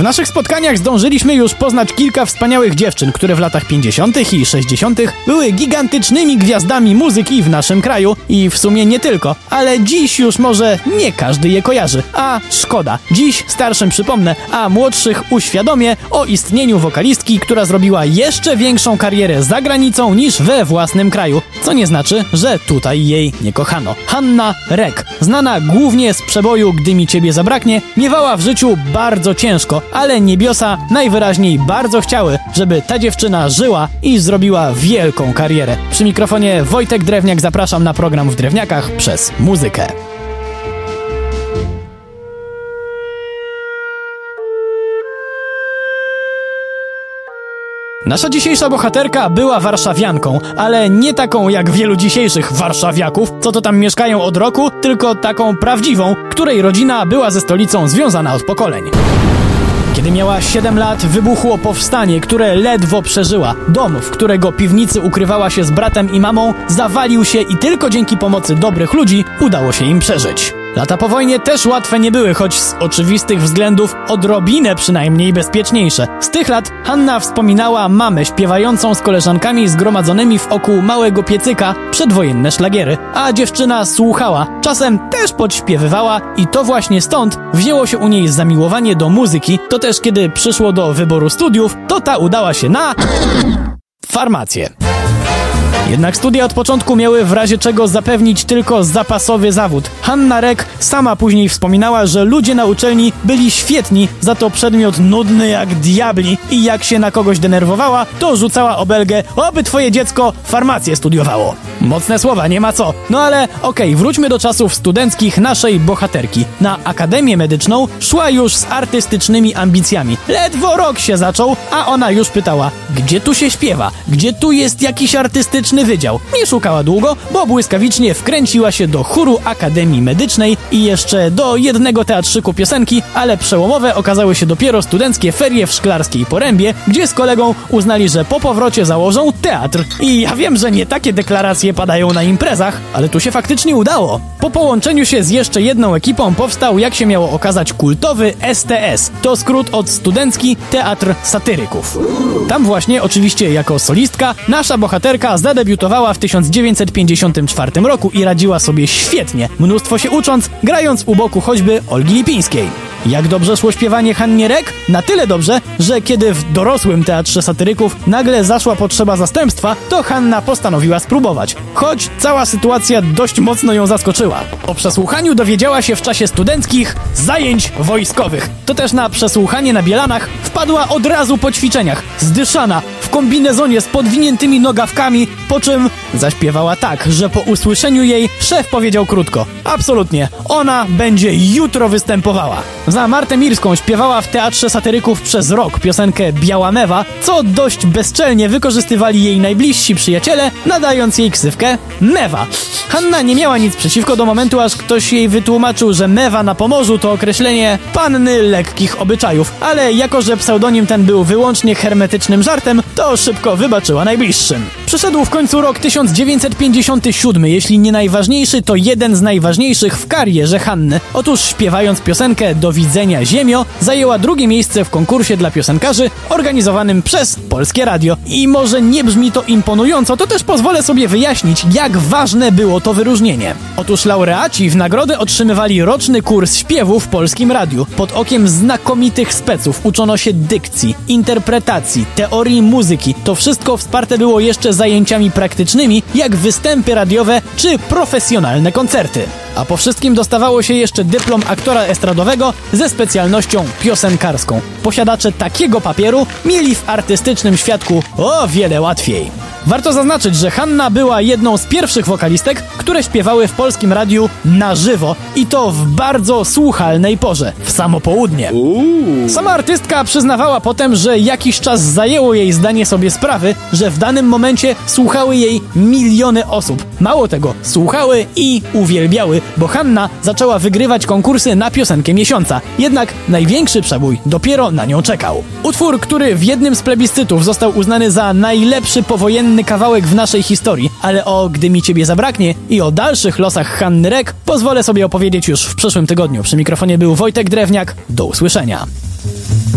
W naszych spotkaniach zdążyliśmy już poznać kilka wspaniałych dziewczyn, które w latach 50. i 60. były gigantycznymi gwiazdami muzyki w naszym kraju i w sumie nie tylko, ale dziś już może nie każdy je kojarzy, a szkoda. Dziś starszym przypomnę, a młodszych uświadomię o istnieniu wokalistki, która zrobiła jeszcze większą karierę za granicą niż we własnym kraju, co nie znaczy, że tutaj jej nie kochano. Hanna Rek, znana głównie z przeboju Gdy mi ciebie zabraknie, miewała w życiu bardzo ciężko, ale niebiosa najwyraźniej bardzo chciały, żeby ta dziewczyna żyła i zrobiła wielką karierę. Przy mikrofonie Wojtek Drewniak, zapraszam na program W Drewniakach przez muzykę. Nasza dzisiejsza bohaterka była warszawianką, ale nie taką jak wielu dzisiejszych warszawiaków, co to tam mieszkają od roku, tylko taką prawdziwą, której rodzina była ze stolicą związana od pokoleń. Kiedy miała 7 lat, wybuchło powstanie, które ledwo przeżyła. Dom, w którego piwnicy ukrywała się z bratem i mamą, zawalił się i tylko dzięki pomocy dobrych ludzi udało się im przeżyć. Lata po wojnie też łatwe nie były, choć z oczywistych względów odrobinę przynajmniej bezpieczniejsze. Z tych lat Hanna wspominała mamę śpiewającą z koleżankami zgromadzonymi wokół małego piecyka przedwojenne szlagiery, a dziewczyna słuchała, czasem też podśpiewywała i to właśnie stąd wzięło się u niej zamiłowanie do muzyki. To też kiedy przyszło do wyboru studiów, to ta udała się na farmację. Jednak studia od początku miały w razie czego zapewnić tylko zapasowy zawód. Hanna Rek sama później wspominała, że ludzie na uczelni byli świetni, za to przedmiot nudny jak diabli i jak się na kogoś denerwowała, to rzucała obelgę, oby twoje dziecko farmację studiowało. Mocne słowa, nie ma co. No ale okej, wróćmy do czasów studenckich naszej bohaterki. Na Akademię Medyczną szła już z artystycznymi ambicjami. Ledwo rok się zaczął, a ona już pytała, gdzie tu się śpiewa, gdzie tu jest jakiś artystyczny wydział. Nie szukała długo, bo błyskawicznie wkręciła się do chóru Akademii Medycznej i jeszcze do jednego teatrzyku piosenki, ale przełomowe okazały się dopiero studenckie ferie w Szklarskiej Porębie, gdzie z kolegą uznali, że po powrocie założą teatr. I ja wiem, że nie takie deklaracje padają na imprezach, ale tu się faktycznie udało. Po połączeniu się z jeszcze jedną ekipą powstał, jak się miało okazać, kultowy STS. To skrót od Studencki Teatr Satyryków. Tam właśnie, oczywiście jako solistka, nasza bohaterka zadebiutowała w 1954 roku i radziła sobie świetnie, mnóstwo się ucząc, grając u boku choćby Olgi Lipińskiej. Jak dobrze szło śpiewanie Hannie Rek? Na tyle dobrze, że kiedy w dorosłym teatrze satyryków nagle zaszła potrzeba zastępstwa, to Hanna postanowiła spróbować. Choć cała sytuacja dość mocno ją zaskoczyła. O przesłuchaniu dowiedziała się w czasie studenckich zajęć wojskowych. To też na przesłuchanie na Bielanach wpadła od razu po ćwiczeniach, zdyszana, w kombinezonie z podwiniętymi nogawkami, po czym zaśpiewała tak, że po usłyszeniu jej szef powiedział krótko: absolutnie, ona będzie jutro występowała. Za Martę Mirską śpiewała w Teatrze Satyryków przez rok piosenkę Biała Mewa, co dość bezczelnie wykorzystywali jej najbliżsi przyjaciele, nadając jej ksywkę Mewa. Hanna nie miała nic przeciwko do momentu, aż ktoś jej wytłumaczył, że Mewa na Pomorzu to określenie panny lekkich obyczajów, ale jako że pseudonim ten był wyłącznie hermetycznym żartem, to szybko wybaczyła najbliższym. Przyszedł w końcu rok 1957, jeśli nie najważniejszy, to jeden z najważniejszych w karierze Hanny. Otóż śpiewając piosenkę Do widzenia Ziemio, zajęła drugie miejsce w konkursie dla piosenkarzy organizowanym przez Polskie Radio. I może nie brzmi to imponująco, to też pozwolę sobie wyjaśnić, jak ważne było to wyróżnienie. Otóż laureaci w nagrodę otrzymywali roczny kurs śpiewu w Polskim Radiu. Pod okiem znakomitych speców uczono się dykcji, interpretacji, teorii muzyki. To wszystko wsparte było jeszcze zajęciami praktycznymi, jak występy radiowe czy profesjonalne koncerty. A po wszystkim dostawało się jeszcze dyplom aktora estradowego ze specjalnością piosenkarską. Posiadacze takiego papieru mieli w artystycznym świadku o wiele łatwiej. Warto zaznaczyć, że Hanna była jedną z pierwszych wokalistek, które śpiewały w Polskim Radiu na żywo i to w bardzo słuchalnej porze, w samo południe. Sama artystka przyznawała potem, że jakiś czas zajęło jej zdanie sobie sprawy, że w danym momencie słuchały jej miliony osób. Mało tego, słuchały i uwielbiały, bo Hanna zaczęła wygrywać konkursy na piosenkę miesiąca. Jednak największy przebój dopiero na nią czekał. Utwór, który w jednym z plebiscytów został uznany za najlepszy powojenny kawałek w naszej historii, ale o Gdy mi ciebie zabraknie i o dalszych losach Hanny Rek pozwolę sobie opowiedzieć już w przyszłym tygodniu. Przy mikrofonie był Wojtek Drewniak. Do usłyszenia.